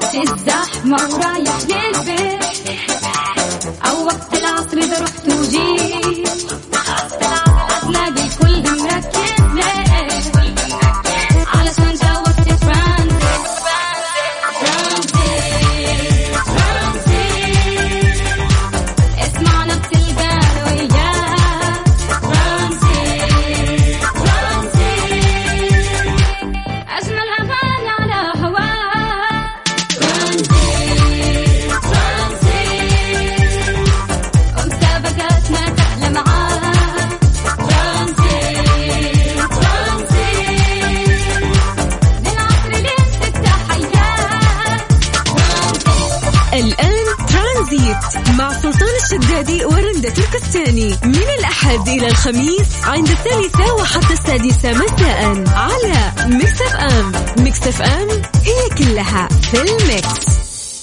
الزحمة ورايح للبيت أو وقت العصر إذا رحت وجيت هتلاقي الكل مركز ليه علشان جاوبت ترانزيت اسمعنا بتلقى وياه ترانزيت أجمل أغاني على هواه ترانزيت ومسابقات ما تحلى معاه الآن ترانزيت مع سلطان الشدادي ورندة تركستاني من الأحد إلى الخميس عند 3 وحتى 6 مساء على ميكس اف ام. ميكس اف ام هي كلها في الميكس.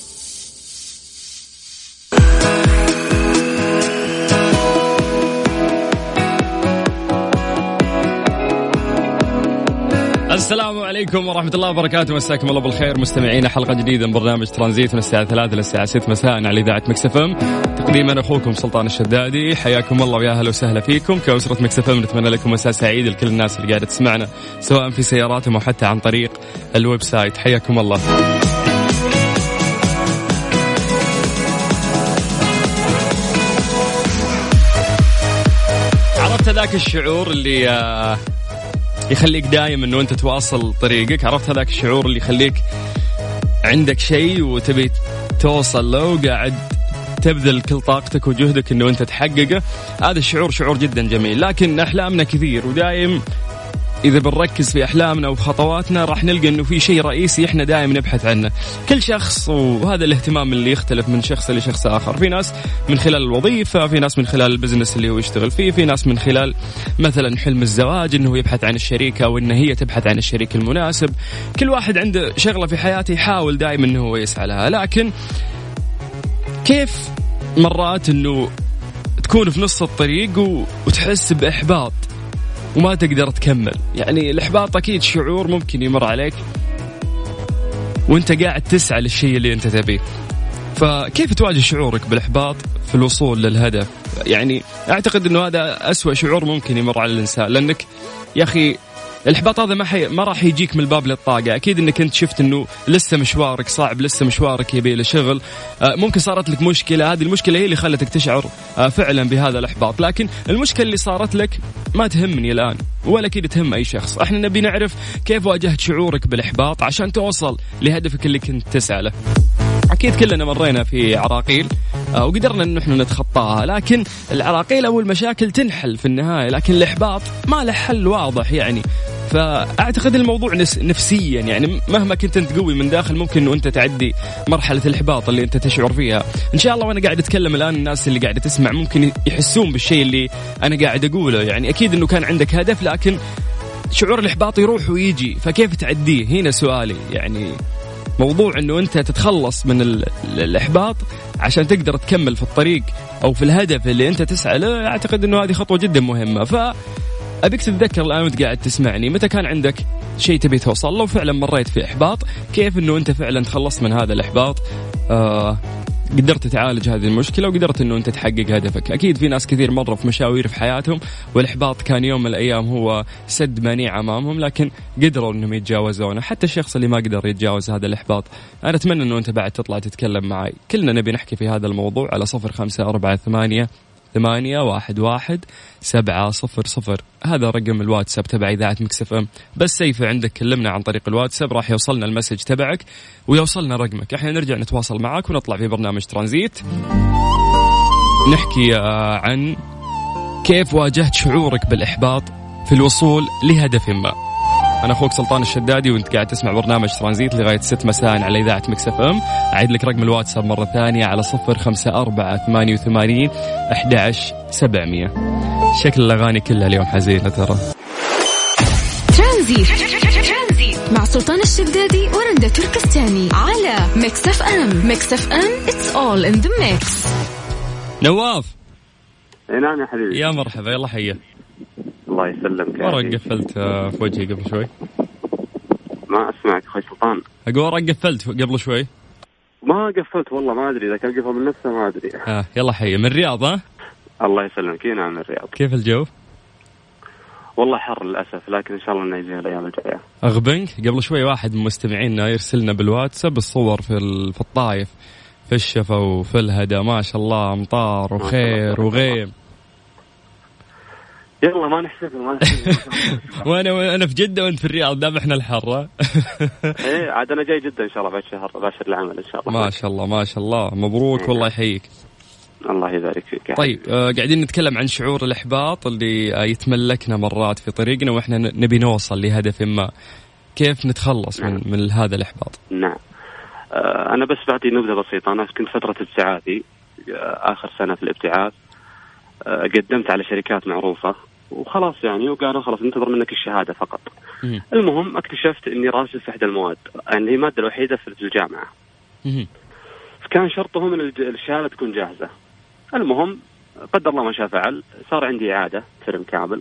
السلام عليكم ورحمة الله وبركاته، مساكم الله بالخير مستمعين حلقة جديدة من برنامج ترانزيت من الساعة 3 إلى الساعة 6 مساء على إذاعة ميكس اف ام. تقديما أخوكم سلطان الشدادي، حياكم الله ويا أهلا وسهلا فيكم كأسرة ميكس اف ام. نتمنى لكم مساء سعيد لكل الناس اللي قاعدة تسمعنا سواء في سياراتهم أو حتى عن طريق الويب سايت، حياكم الله. عرفت ذاك الشعور اللي يخليك دايم انه انت تواصل طريقك؟ عرفت هذاك الشعور اللي يخليك عندك شيء وتبي توصل له وقاعد تبذل كل طاقتك وجهدك انه انت تحققه؟ هذا الشعور شعور جدا جميل، لكن احلامنا كثير ودايم إذا بنركز في أحلامنا وخطواتنا راح نلقى إنه في شيء رئيسي إحنا دائما نبحث عنه. كل شخص وهذا الاهتمام اللي يختلف من شخص لشخص آخر، في ناس من خلال الوظيفة، في ناس من خلال البزنس اللي هو يشتغل فيه، في ناس من خلال مثلا حلم الزواج إنه يبحث عن الشريكة أو إن هي تبحث عن الشريك المناسب. كل واحد عنده شغلة في حياته يحاول دائما إنه هو يسعى لها، لكن كيف مرات إنه تكون في نص الطريق وتحس بإحباط وما تقدر تكمل؟ يعني الإحباط أكيد شعور ممكن يمر عليك وانت قاعد تسعى للشيء اللي انت تبيه. فكيف تواجه شعورك بالإحباط في الوصول للهدف؟ يعني أعتقد أنه هذا أسوأ شعور ممكن يمر على الإنسان، لأنك يا أخي الإحباط هذا ما راح يجيك من الباب للطاقة. أكيد أنك أنت شفت أنه لسه مشوارك صعب، لسه مشوارك يبي له شغل، ممكن صارت لك مشكلة، هذه المشكلة هي اللي خلتك تشعر فعلا بهذا الإحباط. لكن المشكلة اللي صارت لك ما تهمني الآن ولا أكيد تهم أي شخص. احنا نبي نعرف كيف واجهت شعورك بالإحباط عشان توصل لهدفك اللي كنت تسعى له. أكيد كلنا مرينا في عراقيل وقدرنا أن نحن نتخطاها، لكن العراقيل أو المشاكل تنحل في النهاية، لكن الإحباط ما له حل واضح يعني. فأعتقد الموضوع نفسيا، يعني مهما كنت أنت قوي من داخل ممكن أنه أنت تعدي مرحلة الإحباط اللي أنت تشعر فيها. إن شاء الله وأنا قاعد أتكلم الآن الناس اللي قاعدة تسمع ممكن يحسون بالشيء اللي أنا قاعد أقوله. يعني أكيد أنه كان عندك هدف لكن شعور الإحباط يروح ويجي، فكيف تعديه؟ هنا سؤالي. يعني موضوع أنه أنت تتخلص من الإحباط عشان تقدر تكمل في الطريق أو في الهدف اللي أنت تسعى له، أعتقد أنه هذه خطوة جدا مهمة. أبيك تتذكر الآن وأنت قاعد تسمعني متى كان عندك شيء تبي توصل له وفعلا مريت في إحباط، كيف أنه أنت فعلا تخلص من هذا الإحباط، قدرت تعالج هذه المشكلة وقدرت أنه أنت تحقق هدفك. أكيد في ناس كثير مروا في مشاوير في حياتهم والإحباط كان يوم من الأيام هو سد منيع أمامهم، لكن قدروا أنهم يتجاوزونه. حتى الشخص اللي ما قدر يتجاوز هذا الإحباط، أنا أتمنى أنه أنت بعد تطلع تتكلم معي. كلنا نبي نحكي في هذا الموضوع على 0548811700. هذا رقم الواتساب تبع إذاعة ميكس اف ام. بس سيفة عندك كلمنا عن طريق الواتساب راح يوصلنا المسج تبعك ويوصلنا رقمك، احنا نرجع نتواصل معك ونطلع في برنامج ترانزيت نحكي عن كيف واجهت شعورك بالإحباط في الوصول لهدف ما. أنا أخوك سلطان الشدادي وأنت قاعد تسمع برنامج ترانزيت لغاية 6 مساء على إذاعة ميكس اف ام. أعيد لك رقم الواتساب مرة ثانية على 0548811700. شكل الأغاني كلها اليوم حزينة ترى. ترانزيت مع سلطان الشدادي ورندة تركستاني على ميكس اف ام. ميكس اف ام it's all in the mix. نواف. نعم يا حبيبي. يا مرحبا، يلا حيا. الله يسلمك. ورق قفلت في وجهي قبل شوي. ما أسمعك أخوي سلطان. أقول ورق قفلت قبل شوي. ما قفلت والله، ما أدري إذا كان قفل من نفسه، ما أدري. يلا حي من الرياض. ها الله يسلمك. نعم من الرياض. كيف الجو؟ والله حر للأسف، لكن إن شاء الله إنه يجي الأيام الجاية. أغبنك قبل شوي واحد من مستمعينا يرسلنا بالواتساب الصور في الطايف، في الشفا وفي الهدى، ما شاء الله أمطار وخير وغيم. يلا ما نحسبه. وأنا في جدة وأنت في الرياض، دام إحنا الحرة. إيه عاد أنا جاي جدة إن شاء الله بعد شهر باشر العمل إن شاء الله. ما شاء الله ما شاء الله، مبروك والله يحييك. الله يبارك فيك. طيب قاعدين نتكلم عن شعور الإحباط اللي يتملكنا مرات في طريقنا وإحنا نبي نوصل لهدف ما، كيف نتخلص من هذا الإحباط؟ نعم أنا بس بعطي نبذة بسيطة. أنا كنت فترة ابتعاثي آخر سنة في الابتعاث، قدمت على شركات معروفة وخلاص يعني، وقالوا خلاص ننتظر منك الشهادة فقط. المهم اكتشفت إني راسب في إحدى المواد، يعني هي المادة الوحيدة في الجامعة. كان شرطهم إن الشهادة تكون جاهزة. المهم قدر الله ما شاء فعل، صار عندي إعادة ترم كامل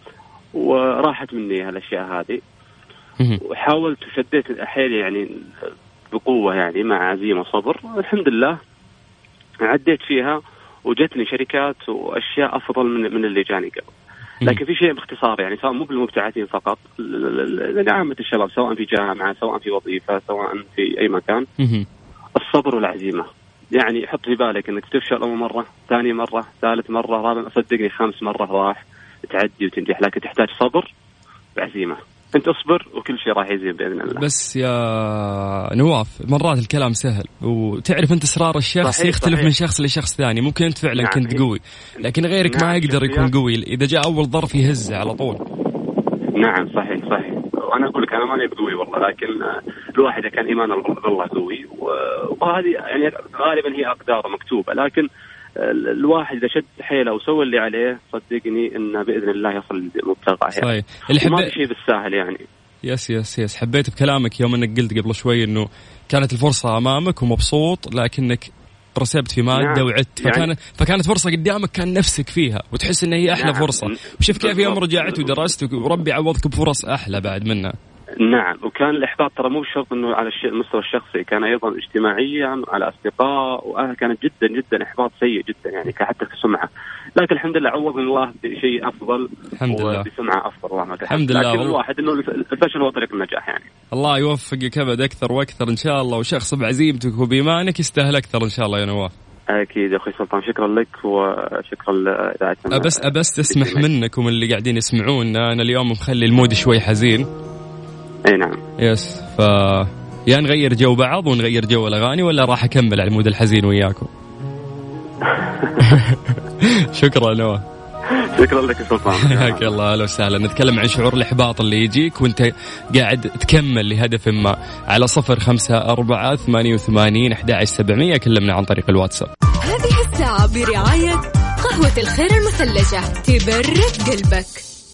وراحت مني هالأشياء هذه، وحاولت وشديت حيلي يعني بقوة يعني مع عزيمة وصبر. الحمد لله عديت فيها وجتني شركات وأشياء أفضل من اللي جاني قبل. لكن في شيء باختصار يعني، سواء مو بالمبتعثين فقط، لعامة الشباب سواء في جامعة سواء في وظيفة سواء في أي مكان، الصبر والعزيمة. يعني حط في بالك انك تفشل اول مره، ثاني مره، ثالث مره، رابع، صدقني 5 مرات راح تعدي وتنجح، لكن تحتاج صبر وعزيمه. انت اصبر وكل شيء راح يزين باذن الله. بس يا نواف مرات الكلام سهل، وتعرف انت اسرار الشخص صحيح يختلف صحيح. من شخص لشخص ثاني. ممكن انت فعلا كنت قوي، لكن غيرك ما يقدر يكون قوي، اذا جاء اول ظرف يهزه على طول. نعم صحيح. وانا اقول لك انا ماني قوي والله، لكن الواحد اذا كان ايمانه بالله قوي، وهذه يعني غالبا هي اقدار مكتوبه، لكن الواحد اذا شد حيله وسوى اللي عليه صدقني انه باذن الله يصل لمبتغاه. صحيح. ما في شيء بالساهل يعني. يس حبيت بكلامك يوم انك قلت قبل شوي انه كانت الفرصه امامك ومبسوط، لكنك رسبت في مادة وعدت، فكانت فرصة قدامك كان نفسك فيها وتحس إن هي أحلى فرصة، وشوف كيف يوم رجعت ودرست وربي عوضك بفرص أحلى بعد منها. نعم. وكان الإحباط ترى مو شرط إنه على المستوى الشخصي، كان أيضا اجتماعيا على أصدقاء وأهل، كانت جدا إحباط سيء جدا يعني حتى كسمعة. لكن الحمد لله عوض الله بشيء أفضل وبسمعة أفضل. الله الحمد لله. لكن الواحد إنه الفشل هو طريق النجاح يعني. الله يوفقك أبد أكثر وأكثر إن شاء الله، وشخص بعزيمتك وبإيمانك يستاهل أكثر إن شاء الله يا نواف. أكيد يا أخي سلطان، شكرا لك وشكرا لإذاعتنا. أبس تسمح منك ومن اللي قاعدين يسمعونا، أنا اليوم مخلي المود شوي حزين. اي نعم. يس، يا نغير جو بعض ونغير جو الأغاني، ولا راح أكمل على المود الحزين وياكم؟ شكرا نواف. شكرا لك يا سلطان. حياك الله. أهلا وسهلا. نتكلم عن شعور الإحباط اللي يجيك وانت قاعد تكمل لهدف ما على 0548811700. كلمنا عن طريق الواتساب. هذه الساعة برعاية قهوة الخير المثلجة، تبرد قلبك.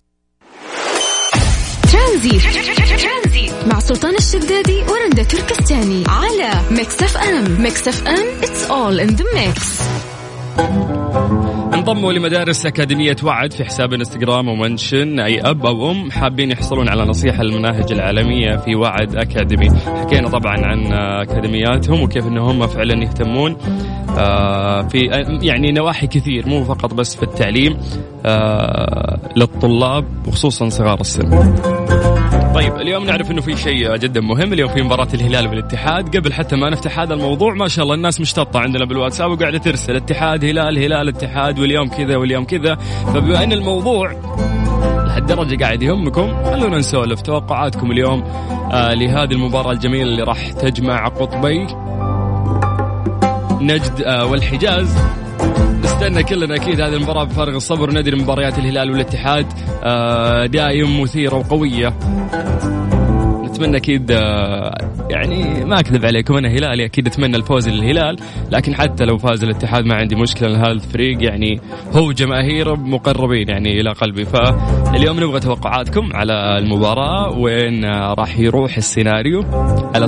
ترانزيت مع سلطان الشدادي ورندا تركستاني على ميكس اف ام. ميكس اف ام it's all in the mix. انضموا لمدارس أكاديمية وعد في حساب انستغرام ومنشن أي أب أو أم حابين يحصلون على نصيحة المناهج العالمية في وعد أكاديمي. حكينا طبعا عن أكاديمياتهم وكيف أنهم فعلا يهتمون في يعني نواحي كثير، مو فقط بس في التعليم للطلاب وخصوصا صغار السن. طيب اليوم نعرف انه في شيء جدا مهم، اليوم في مباراة الهلال والاتحاد. قبل حتى ما نفتح هذا الموضوع ما شاء الله الناس مشتطة عندنا بالواتساب وقاعدة ترسل اتحاد هلال هلال اتحاد واليوم كذا واليوم كذا. فبما ان الموضوع لهالدرجة قاعد يهمكم، خلونا نسولف توقعاتكم اليوم لهذه المباراة الجميلة اللي راح تجمع قطبي نجد والحجاز. نستنى كلنا أكيد هذه المباراة بفارغ الصبر، ندري مباريات الهلال والاتحاد دائم مثيرة وقوية. نتمنى أكيد يعني ما أكذب عليكم أنا هلالي، أكيد أتمنى الفوز للهلال، لكن حتى لو فاز الاتحاد ما عندي مشكلة، هذا الفريق يعني هو جماهير مقربين يعني إلى قلبي. فاليوم نبغى توقعاتكم على المباراة، وين راح يروح السيناريو على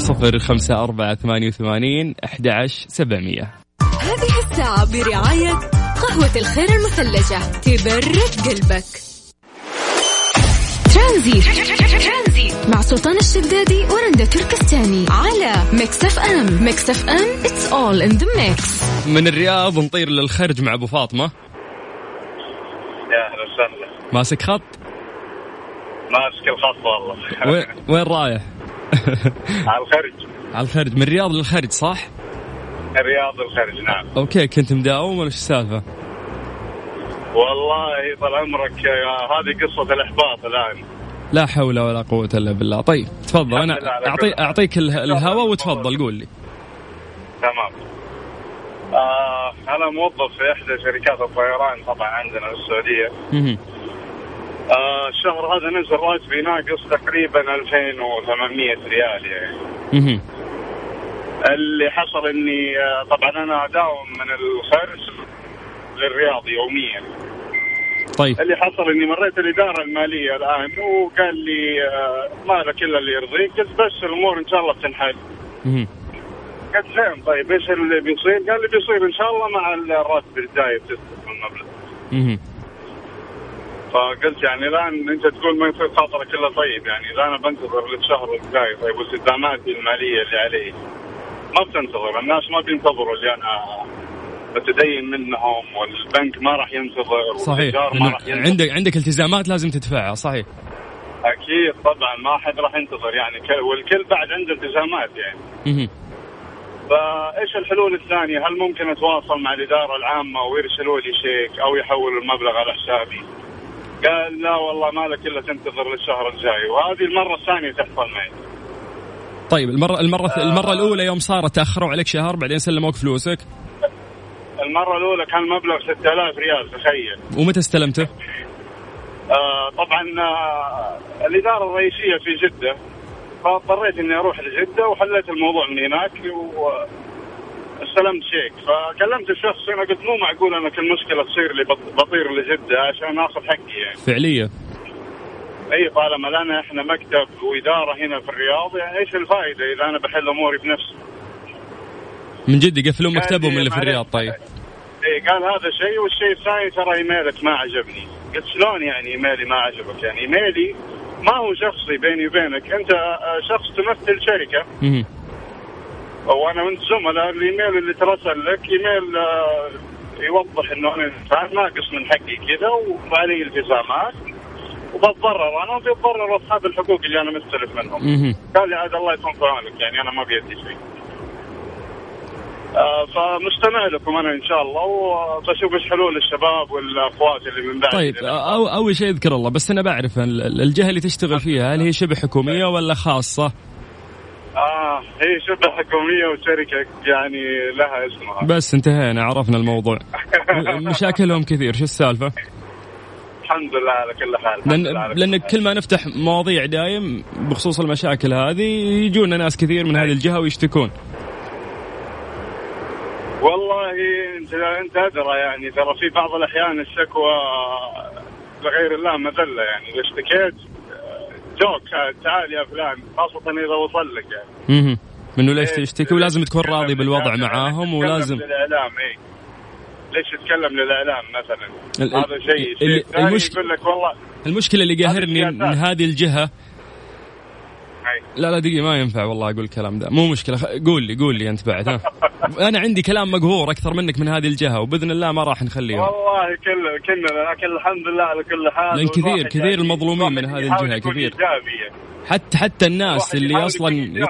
0548811700. هذه الساعة برعاية قهوة الخير المثلجة، تبرد قلبك. ترانزيت مع سلطان الشدادي ورندا تركستاني على ميكس اف ام. ميكس اف ام it's all in the mix. من الرياض نطير للخرج مع أبو فاطمة. يا أهلا وسهلا. ماسك خط؟ ماسك الخط والله. وين رايح؟ على الخرج. على الخرج، من الرياض للخرج صح؟ الرياض للخرج نعم. أوكي، كنت مداوم ولا إيش السالفة؟ والله طال عمرك هذه قصة الإحباط الآن. لا حول ولا قوة إلا بالله. طيب تفضل، أنا أعطيك الهواء وتفضل قول لي. تمام. أنا موظف في إحدى شركات الطيران طبعا عندنا في السعودية. الشهر هذا نزل راتبي ناقص تقريبا 2800 ريال يعني. اللي حصل إني طبعا أنا أداوم من الخارج للرياض يوميا. طيب. اللي حصل إني مريت الإدارة المالية الآن وقال لي مالك إلا اللي يرضيك. قلت بس الأمور إن شاء الله بتنحل. قلت زين طيب إيش اللي بيصير؟ قال لي بيصير إن شاء الله مع الراتب الجاي بتستلم المبلغ. فقلت يعني الآن أنت تقول ما يصير خاطرك إلا طيب، يعني إذا أنا بنتظر للشهر الجاي طيب والالتزامات المالية اللي علي ما بتنتظر. الناس ما بينتظروا اللي أنا بتدين منهم، والبنك ما راح ينتظر. صحيح، عندك التزامات لازم تدفعها. صحيح أكيد طبعا ما حد راح ينتظر يعني، والكل بعد عنده التزامات يعني. فإيش الحلول الثانية؟ هل ممكن أتواصل مع الإدارة العامة ويرسلوا لي شيك أو يحولوا المبلغ على حسابي؟ قال لا والله ما لك إلا تنتظر للشهر الجاي. وهذه المرة الثانية تحصل معي. طيب المرة الأولى يوم صارت تأخروا عليك شهر بعدين سلموك فلوسك؟ المرة الأولى كان مبلغ 6000 ريال تخيل. ومتى استلمته؟ طبعا الإدارة الرئيسية في جدة، فاضطريت إني أروح لجدة وحليت الموضوع من هناك واستلمت شيك. فكلمت الشخص هنا قلت مو معقول أنا كل مشكلة تصير لي بطير لجدة عشان آخذ حقي يعني. فعليا أي طالما لنا إحنا مكتب وإدارة هنا في الرياض يعني إيش الفائدة إذا أنا بحل أموري بنفسي؟ من جد يقفلون مكتبهم اللي في الرياض. طيب إيه قال هذا شيء، والشيء الثاني ترى إيميلك ما عجبني. قلت شلون يعني إيميلي ما عجبك؟ يعني إيميلي ما هو شخصي بيني وبينك، أنت شخص تمثل شركة وأنا وأنت زملاء. الإيميل اللي ترسل لك إيميل يوضح إنه أنا إنسان ناقص من حقي كذا وعلي التزامات وبتضرر أنا وبتضرر أصحاب الحقوق اللي أنا مستلف منهم. قال لي عاد الله يكون في عونك يعني أنا ما بيدي شيء. فمستمع لكم أنا إن شاء الله وبشوف إيش حلول الشباب والأخوات اللي من بعد. طيب أول شيء اذكر الله، بس أنا بعرف الجهة اللي تشتغل فيها هل هي شبه حكومية ولا خاصة؟ هي شبه حكومية وشركة يعني لها اسمها. بس انتهينا عرفنا الموضوع. مشاكلهم كثير، شو السالفة؟ الحمد لله على كل حال. لأن كل ما نفتح مواضيع دايم بخصوص المشاكل هذه يجونا ناس كثير من هذه الجهة ويشتكون. والله انت ادرى يعني ترى في بعض الاحيان الشكوى لغير الله مذله يعني. اذا اشتكيت جوك تعال يا فلان، خاصه اذا وصل لك يعني منه ليش تشتكي ولازم تكون راضي بالوضع معاهم ولازم للاعلام. ليش تتكلم للاعلام مثلا؟ هذا شيء يقول لك والله المشكله اللي قاهرني من هذه الجهه. لا دقيقة ما ينفع والله أقول الكلام ده. مو مشكلة، قول لي أنت بعد. أنا عندي كلام مقهور أكثر منك من هذه الجهة وبإذن الله ما راح نخليهم. والله كلنا لكن الحمد لله على كل حال. لأن كثير المظلومين من هذه الجهة كثير. حتى الناس اللي أصلا.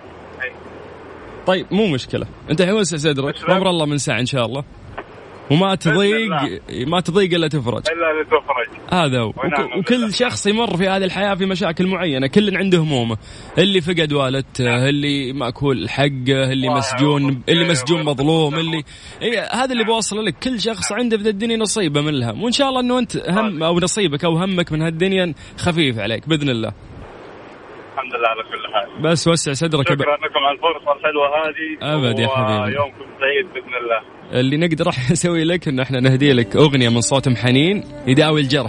طيب مو مشكلة، أنت حوس صدرك أمر الله من ساعة إن شاء الله، وما تضيق إلا تفرج. هذا هو. وكل شخص يمر في هذه الحياة في مشاكل معينة، كل عنده همومه. اللي فقد والدته، اللي مأكول حقه، اللي مسجون مظلوم، هذا اللي بوصل لك. كل شخص عنده في الدنيا نصيبه من الهم، وإن شاء الله أنه أنت هم أو نصيبك أو همك من هالدنيا خفيف عليك بإذن الله. الحمد لله على كل حال. بس وسع صدرك. شكرا لكم على الفرصة الحلوة هذه. أبد يا حبيبي. يومكم سعيد بإذن الله. اللي نقدر راح نسوي لك إن إحنا نهدي لك أغنية من صوت حنين يداوي الجرح.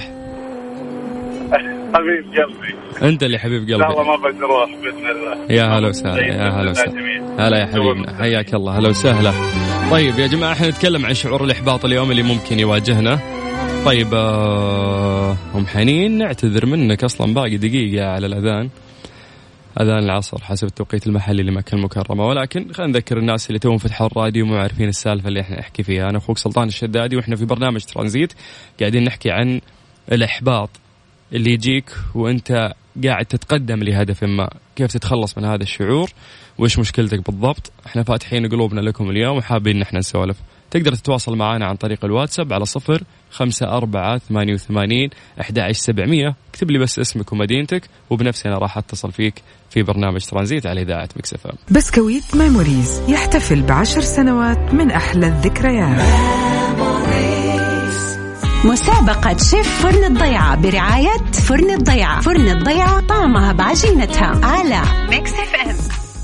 حبيب قلبي. أنت اللي حبيب قلبي. لا والله ما بنروح بإذن الله. يا هلا وسهلا. يا هلا وسهلا. هلا يا حبيبنا، حياك الله. هلا وسهلا. طيب يا جماعة، إحنا نتكلم عن شعور الإحباط اليوم اللي ممكن يواجهنا. طيب أم حنين نعتذر منك، أصلا باقي دقيقة على الأذان، أذان العصر حسب التوقيت المحلي لمكة المكرمة. ولكن خلينا نذكر الناس اللي توهم فتحوا الراديو مو عارفين السالفة اللي احنا نحكي فيها. أنا أخوك سلطان الشدادي، وإحنا في برنامج ترانزيت قاعدين نحكي عن الإحباط اللي يجيك وأنت قاعد تتقدم لهدف ما، كيف تتخلص من هذا الشعور، وإيش مشكلتك بالضبط. احنا فاتحين قلوبنا لكم اليوم وحابين نحن نسولف. تقدر تتواصل معنا عن طريق الواتساب على 0548811700. اكتب لي بس اسمك ومدينتك وبنفسي أنا راح أتصل فيك في برنامج ترانزيت على إذاعة ميكس اف ام. بسكويت ميموريز يحتفل ب10 سنوات من أحلى الذكريات. مسابقة شيف فرن الضيعة برعاية فرن الضيعة. فرن الضيعة طعمها بعجينتها على ميكس اف ام.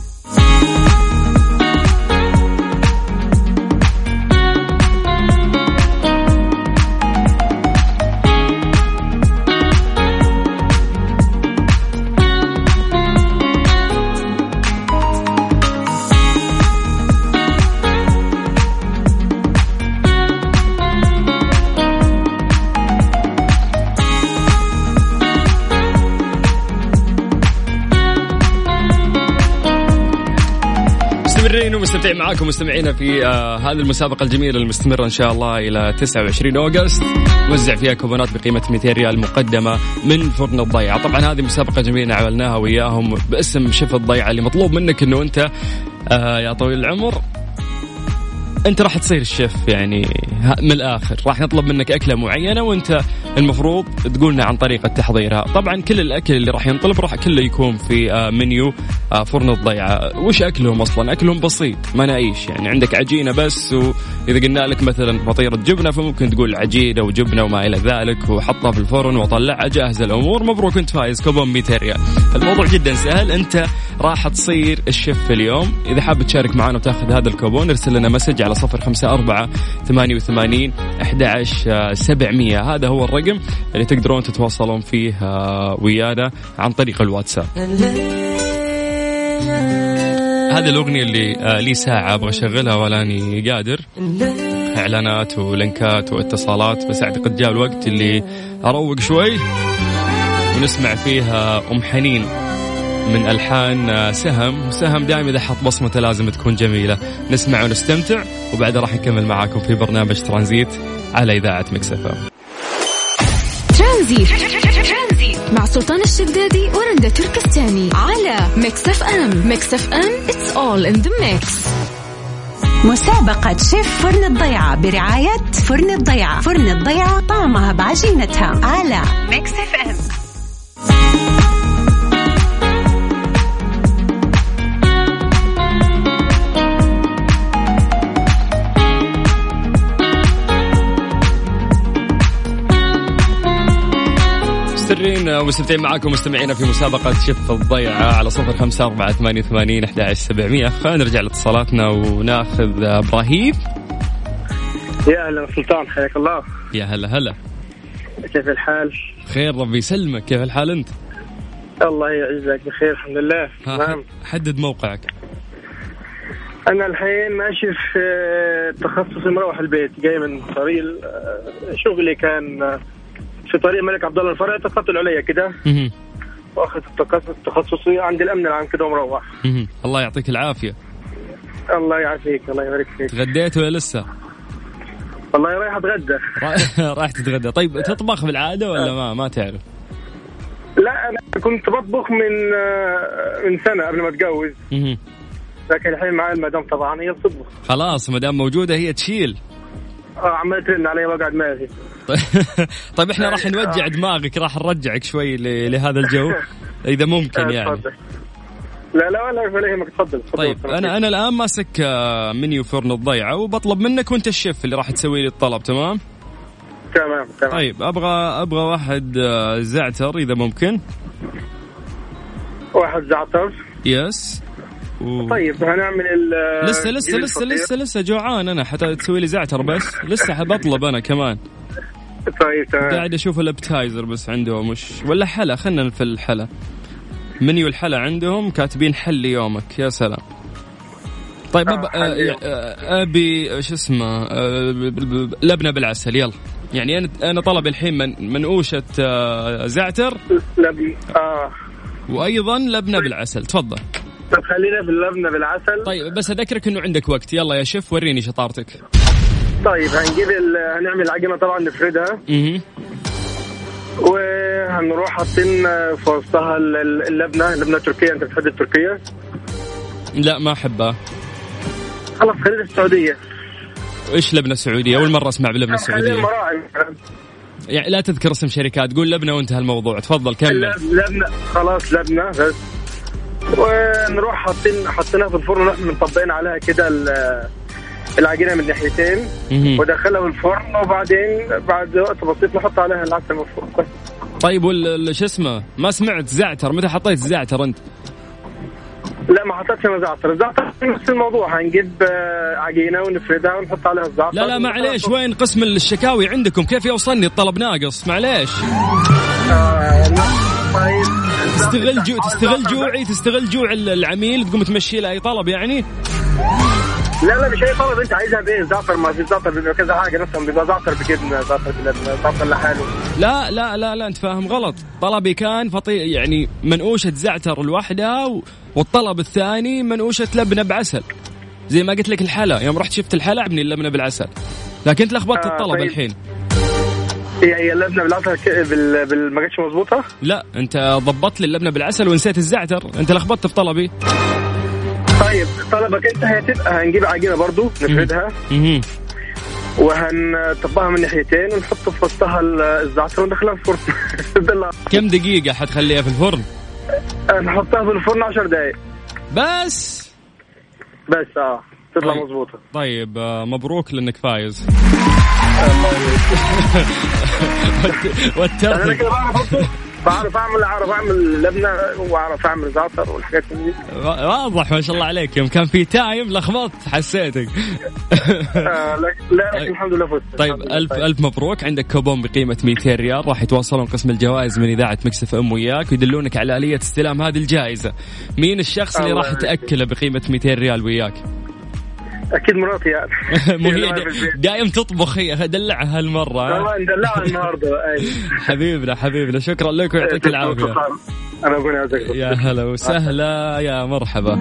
مستمتعين معاكم مستمعينا في هذه المسابقة الجميلة المستمرة إن شاء الله إلى 29 أغسطس، نوزع فيها كوبونات بقيمة 200 ريال مقدمة من فرن الضيعة. طبعا هذه مسابقة جميلة عملناها وياهم باسم شيف الضيعة، اللي مطلوب منك إنه أنت يا طويل العمر أنت راح تصير الشيف، يعني من الآخر راح نطلب منك أكلة معينة وأنت المفروض تقولنا عن طريقة تحضيرها. طبعا كل الأكل اللي راح ينطلب راح كله يكون في منيو فرن الضيعة. وش أكلهم أصلا؟ أكلهم بسيط ما نعيش، يعني عندك عجينة بس، وإذا قلنا لك مثلا فطيرة جبنة فممكن تقول عجينة وجبنة وما إلى ذلك، وحطها في الفرن وطلعها جاهزة الأمور. مبروك أنت فايز كوبون 200 ريال. الموضوع جدا سهل، أنت راح تصير الشيف اليوم. إذا حاب تشارك معنا وتاخذ هذا الكوبون ارسل لنا مسج على 0548811700. هذا هو الرقم اللي تقدرون تتواصلون فيه ويانا عن طريق الواتساب. هذه الأغنية اللي لي ساعة أبغى أشغلها ولاني قادر، إعلانات ولينكات واتصالات، بس أعتقد جاء الوقت اللي أروق شوي ونسمع فيها أم حنين من ألحان سهم دائما إذا حط بصمته لازم تكون جميلة. نسمع ونستمتع وبعدها راح نكمل معاكم في برنامج ترانزيت على إذاعة ميكس اف ام. ترانزيت مع سلطان الشدادي ورندا تركستاني على ميكس اف ام. ميكس اف ام it's all in the mix. مسابقة شيف فرن الضيعة برعاية فرن الضيعة. فرن الضيعة طعمها بعجينتها على ميكس اف ام. ومستمتعين معاكم مستمعينا في مسابقة شيف الضيعة على 0548811700. خلينا نرجع لاتصالاتنا وناخذ إبراهيم. يا أهلا سلطان، حياك الله. يا هلا. كيف الحال؟ خير ربي يسلمك، كيف الحال أنت؟ الله يعزك بخير الحمد لله. تمام. حدد موقعك. أنا الحين ماشي في تخصصي، مروح البيت، جاي من طريق شغلي كان في طريق الملك عبد الله الفرع، تقتل عليا كده واخذ التخصصي عند الامن العام كده ومروح. الله يعطيك العافيه. الله يعافيك، الله يبارك فيك. تغديت ولا لسه؟ والله رايح اتغدى. رايح تتغدى. طيب تطبخ بالعاده ولا ما تعرف؟ لا انا كنت بطبخ من سنه قبل ما اتجوز، لكن الحين معي المدام طبعا هي بتطبخ. خلاص مدام موجوده هي تشيل. عمال ترن علي وقع دماغي. طيب احنا راح نوجع دماغك، راح نرجعك شوي لهذا الجو اذا ممكن يعني. لا ولا يهمك، تفضل. طيب انا الان ماسك منيو فرن الضيعه وبطلب منك وانت الشيف اللي راح تسوي لي الطلب. تمام. طيب ابغى واحد زعتر اذا ممكن. واحد زعتر. يس. طيب هنعمل لسه جوعان انا حتى تسوي لي زعتر، بس لسه حبطلب انا كمان. طيب تمام. قاعد اشوف الابتايزر بس عندهم مش ولا حلا. خلنا في الحلا، منيو الحلا عندهم كاتبين حل يومك. يا سلام. طيب ابي شو اسمه لبنه بالعسل. يلا يعني أنا طلب الحين منقوشة زعتر لبن وأيضا لبنة بالعسل. تفضل. طب خلينا باللبنة بالعسل. طيب بس أذكرك إنه عندك وقت. يلا يا شيف وريني شطارتك. طيب هنعمل العجينة طبعا نفردها. وهنروح حاطين في وسطها اللبنة تركية. انت بتحب التركية؟ لا ما احبها. خلاص خلينا السعودية. ايش لبنة سعودية؟ اول مرة اسمع بلبنة سعودية. المراعي يعني لا تذكر اسم شركات، قول لبنة وانتهى الموضوع. تفضل كمل. لبنة خلاص لبنة بس. ونروح حاطينها في الفرن ونحن مطبقين عليها كده العجينة من ناحيتين ودخلها في الفرن، وبعدين بعد وقت بسيط نحط عليها العسل من فوق. طيب شو اسمه ما سمعت زعتر؟ متى حطيت الزعتر انت؟ لا ما حطيتش انا زعتر نفس الموضوع. هنجيب عجينة ونفردها ونحط عليها الزعتر. لا معليش، وين قسم الشكاوي عندكم؟ كيف يوصلني الطلب ناقص؟ معليش. طيب تستغل جوع العميل تقوم تمشي له اي طلب يعني؟ لا مش اي طلب. انت عايزها بايه؟ زعتر ما في زعتر بيبقى كذا حاجه، مثلا بيبقى زعتر بجبنه، زعتر بلبنه، زعتر لحاله. لا انت فاهم غلط. طلبي كان يعني منقوشه زعتر لوحدها، والطلب الثاني منقوشه لبنه بعسل زي ما قلت لك. الحلا يوم رحت شفت الحلا عبني اللبنه بالعسل، لكن انت لخبطت الطلب. طيب. الحين هي اللبنه بالعسل ما جاتش مظبوطه. لا انت ضبطت لي اللبنه بالعسل ونسيت الزعتر، انت لخبطت في طلبي. طيب طلبك انت هتبقى هنجيب عجينه برضو نفردها وهنطبقها من ناحيتين ونحط في وسطها الزعتر وندخلها في الفرن. كم دقيقة حتخليها في الفرن؟ نحطها في الفرن 10 دقائق بس تطلع مظبوطة. طيب مبروك لأنك فايز. أنا كده بعرف أعمل لبنة وأعرف أعمل زعتر والحاجات دي. واضح ما شاء الله عليك. يوم كان في تايم لخبطت حسيتك. لا الحمد لله فزت. طيب ألف مبروك. عندك كوبون بقيمة 200 ريال راح يتواصلون قسم الجوائز من إذاعة مكس اف ام وياك ويدلونك على آلية استلام هذه الجائزة. مين الشخص اللي راح تأكله بقيمة 200 ريال وياك؟ أكيد مراتي يعني. مو هي دائم تطبخ، هي دلعها هالمرة. والله ندلعها النهاردة. حبيبنا شكرا لك ويعطيك العافية. أنا أقول يعطيك. يا هلا وسهلا يا مرحبا.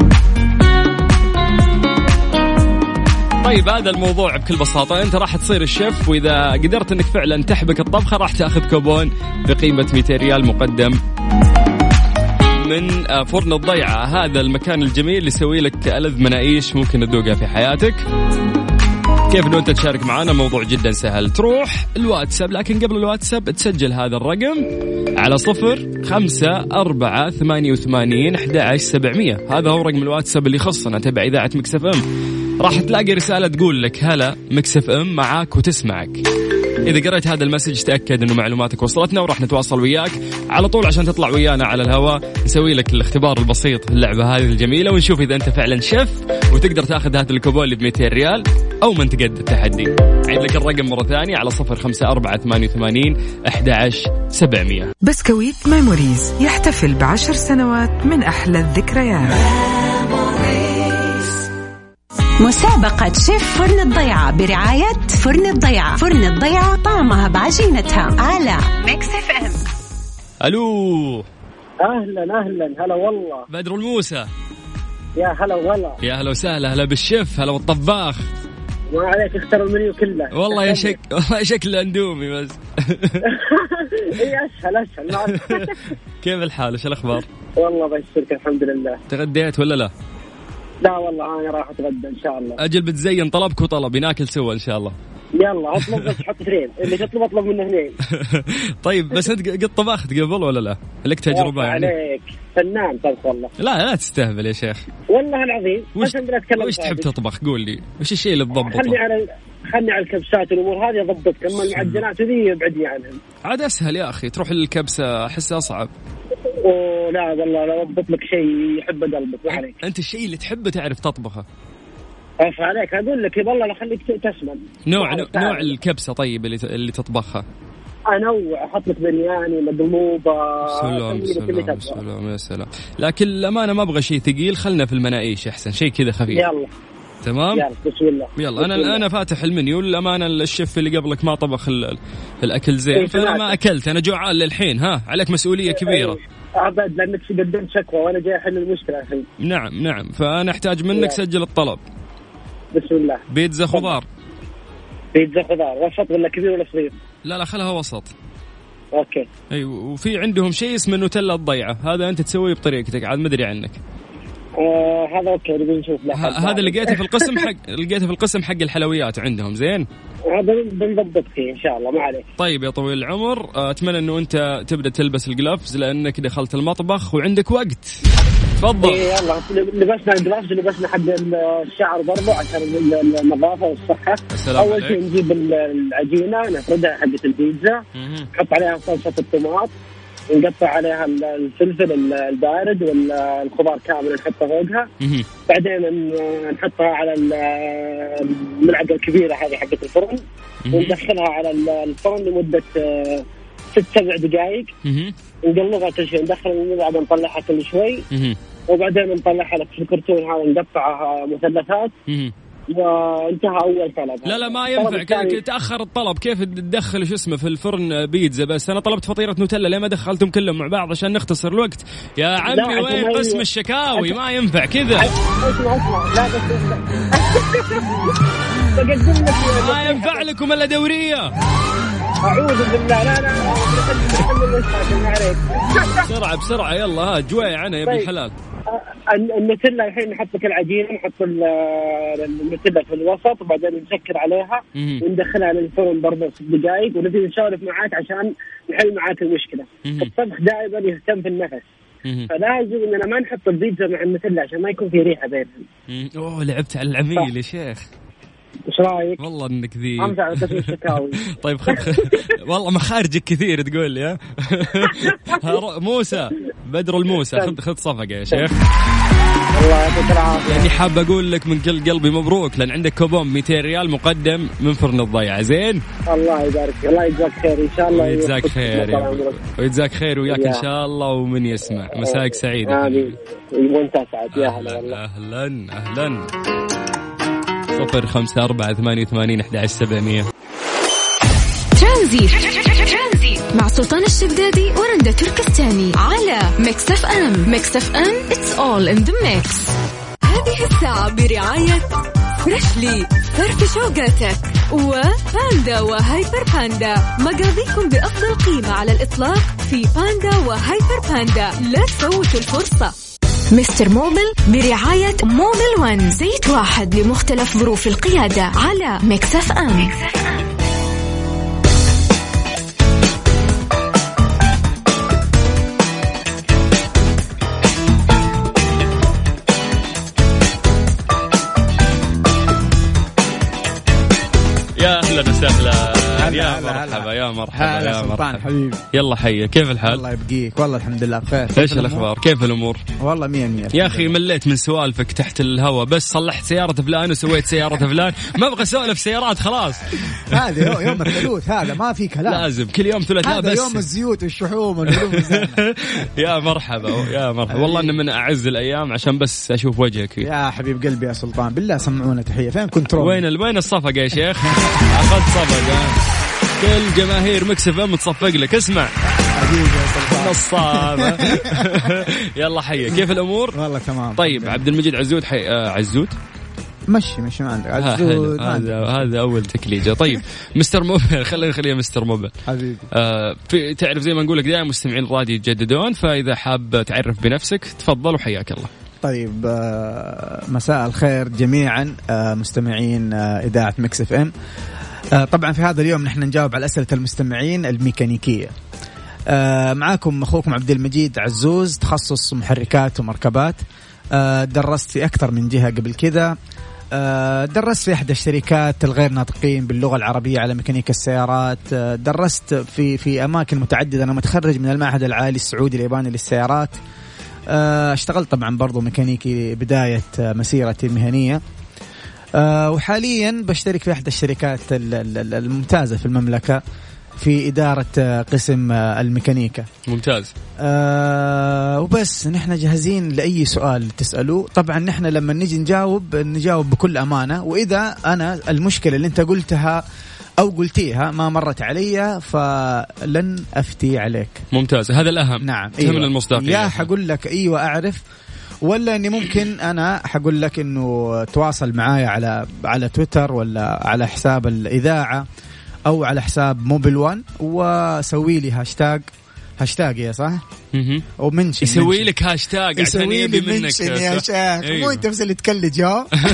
طيب هذا الموضوع بكل بساطة. أنت راح تصير الشيف، وإذا قدرت أنك فعلا تحبك الطبخة راح تأخذ كوبون بقيمة 200 ريال مقدم من فرن الضيعة. هذا المكان الجميل اللي يسوي لك ألذ مناقيش ممكن تذوقها في حياتك. كيف إنه أنت تشارك معنا؟ موضوع جدا سهل. تروح الواتساب، لكن قبل الواتساب تسجل هذا الرقم على 0548811700. هذا هو رقم الواتساب اللي يخصنا تبع إذاعة مكس اف ام. راح تلاقي رسالة تقول لك هلا مكس اف ام معاك وتسمعك. إذا قرأت هذا المسج تأكد إنه معلوماتك وصلتنا وراح نتواصل وياك على طول عشان تطلع ويانا على الهواء، نسوي لك الاختبار البسيط اللعبة هذه الجميلة ونشوف إذا أنت فعلا شيف وتقدر تأخذ هذا الكوبون اللي ب200 ريال أو من تقدر التحدي. عيد لك الرقم مرة ثانية على 0548811700. بسكويت ميموريز يحتفل ب10 سنوات من أحلى الذكريات. مسابقة شيف فرن الضيعة برعاية فرن الضيعة. فرن الضيعة طعمها بعجينتها على ميكس اف ام. ألو أهلا هلا والله. بدر الموسى. يا هلا والله. يا هلا وسهلا. هلا بالشيف، هلا بالطباخ. وعليك اختار المنيو كله. والله يا شكل اندومي بس. اي اسهل. كيف الحال؟ ايش الاخبار؟ والله بشكرك الحمد لله. تغديت ولا لا؟ لا والله انا راح اتغدى ان شاء الله. اجل بتزين طلبك وطلبي ناكل سوا ان شاء الله. يلا اطلب بس حط 2 اللي تطلب اطلب منه 2. طيب بس انت قد طبخت قبل ولا لا؟ لك تجربه يعني؟ عليك فنان طبخ والله. لا تستهبل يا شيخ والله العظيم. وش تحب تطبخ؟ قول لي وش الشيء اللي تضبطه؟ خلني على الكبسات والامور هذه ضبطت. اما المعجنات ذي ابعدني عنهم. عاد اسهل يا اخي، تروح للكبسه احسها اصعب. لا والله لو ضبط لك شيء يحب قلبك. ما عليك انت الشيء اللي تحبه تعرف تطبخه. عفوا عليك اقول لك والله لا خليك تسمن. نوع الكبسه طيب اللي تطبخها. انوع، احط لك برياني مضموبه. سلام يا سلام. لكن الامانه ما ابغى شيء ثقيل، خلنا في المناقيش احسن شيء كذا خفيف. يلا تمام. بسم الله. يلا أنا فاتح المنيو للأمانة. الشيف اللي قبلك ما طبخ الأكل زين، فأنا ما أكلت، أنا جوعان للحين. ها عليك مسؤولية كبيرة. أبد، لأنك قدمت شكوى وأنا جاي أحل المشكلة الحين. نعم، فأنا أحتاج منك سجل الطلب. بسم الله. بيتزا خضار. بيتزا خضار وسط ولا كبير ولا صغير؟ لا خلها وسط. اوكي. ايوه، وفي عندهم شيء اسمه نوتيلا الضيعه، هذا انت تسويه بطريقتك عاد ما ادري عنك. هذا اوكي، نبي نشوف. هذا لقيته في القسم حق الحلويات عندهم. زين، هذا بنضبط فيه ان شاء الله، ما عليك. طيب يا طويل العمر، اتمنى انه انت تبدا تلبس الجلافز لانك دخلت المطبخ وعندك وقت. تفضل. يلا لبسنا الجلافز، لبسنا حق الشعر برضه عشان النظافه والصحه. اول شيء نجيب العجينه نفردها حقه البيتزا، نحط عليها صلصه الطماط، نقطع عليها الفلفل البارد والخضار كامل نحطه فوقها. بعدين نحطها على الملعقة الكبيرة هذه حقة الفرن، وندخلها على الفرن لمدة 6-7 دقائق. نقلبها كل شيء، ندخل الملعقة نطلعها كل شوي، وبعدين نطلعها لك في الكرتون هذا، نقطعها مثلثات. وانتهى أول طلب. لا ما ينفع تأخر الطلب. كيف تدخل شو اسمه في الفرن بيتزا؟ بس أنا طلبت فطيرة نوتيلا، ليه ما دخلتم كلهم مع بعض عشان نختصر الوقت؟ يا عمي وين قسم الشكاوي؟ ما ينفع كذا. اسمع لا بس ما ينفع لكم إلا دورية. أعوذ بالله. لا بسرعة يلا، جوي عنا يا ابن الحلال. النوتيلا الحين نحط لك العجينة، نحط النوتيلا في الوسط، وبعدين نسكر عليها وندخلها للفرن برضه 6 دقائق، ونبي نسولف معاك عشان نحل معاك المشكلة. الطبخ دائما يهتم بالنفس، فلازم إننا ما نحط البيتزا مع النوتيلا عشان ما يكون في ريحة بينهم. لعبت على العميل يا شيخ. ايش رايك؟ والله انك ذي. امزح على كثير شكاوي. طيب والله مخارجك كثير تقول لي. موسى بدر الموسى، خذ صفقه يا شيخ. الله يعطيك العافيه. يعني حاب اقول لك من كل قلبي مبروك، لان عندك كوبون 200 ريال مقدم من فرن الضيعه. زين، الله يبارك، الله يجزاك خير ان شاء الله. ويجزاك خير وياك ان شاء الله، ومن يسمع مساك سعيد. امين وانت سعد. يا هلا والله. اهلا 0548811700. ترانزيت مع سلطان الشدادي ورندا تركستاني على ميكس اف ام. ميكس اف ام it's all in the mix. هذه الساعة برعاية فريشلي، فرف شوقاتك، وباندا وهايبر باندا، مقاضيكم بأفضل قيمة على الإطلاق في باندا وهايبر باندا. لا تفوتوا الفرصة. مستر موبل برعاية موبل 1، زيت واحد لمختلف ظروف القيادة على ميكس اف ام. يا أهلا وسهلا. يا مرحبا يا مرحبا يا مرحبا حبيبي. يلا حيا، كيف الحال؟ الله يبقيك. والله الحمد لله بخير. ايش الاخبار؟ كيف الامور؟ والله 100. يا اخي مليت من سوالفك تحت الهواء، بس صلحت سياره فلان وسويت سياره فلان، ما ابغى اسولف سيارات خلاص. هذا يوم الثلاث، هذا ما في كلام، لازم كل يوم ثلاثاء. بس يوم الزيوت والشحوم والعلوم. يا مرحبا يا مرحبا، والله انه من اعز الايام عشان بس اشوف وجهك. يا حبيب قلبي يا سلطان، بالله سمعونا تحيه. فين كنترول؟ وين الصفقه يا شيخ؟ اخذت صفقه. كل جماهير مكس اف ام تصفق لك. اسمع نصابة. يلا حيا، كيف الامور؟ والله تمام. طيب عبد المجيد عزود عزود مشي ما عندك عزود. هذا اول تكليجه. طيب مستر موبل، خليها مستر موبل حبيبي. تعرف زي ما نقول لك دائما مستمعين الراديو يتجددون، فاذا حاب تعرف بنفسك تفضل وحياك الله. طيب مساء الخير جميعا مستمعين اذاعه مكس اف ام. طبعا في هذا اليوم نحن نجاوب على أسئلة المستمعين الميكانيكية. معاكم أخوكم عبد المجيد عزوز، تخصص محركات ومركبات. درست في أكثر من جهة قبل كذا. درست في إحدى الشركات الغير ناطقين باللغة العربية على ميكانيكا السيارات. درست في أماكن متعددة. أنا متخرج من المعهد العالي السعودي الياباني للسيارات. اشتغلت طبعا برضو ميكانيكي بداية مسيرتي المهنية. وحاليا بشترك في احدى الشركات الممتازة في المملكة في إدارة قسم الميكانيكا. ممتاز. وبس نحن جاهزين لأي سؤال تسألوه. طبعا نحن لما نيجي نجاوب بكل أمانة، وإذا أنا المشكلة اللي أنت قلتها أو قلتيها ما مرت علي فلن أفتي عليك. ممتاز، هذا الأهم. نعم، تهم المصداقية. يا حقول لك أيوة أعرف، ولا إني ممكن أنا حقول لك إنه تواصل معايا على تويتر ولا على حساب الإذاعة أو على حساب موبل 1 وسوي لي هاشتاج يا صح؟ ومنشن يسوي لك هاشتاج عشان يبي منك يا شيخ. مو انت بس اللي تكلج.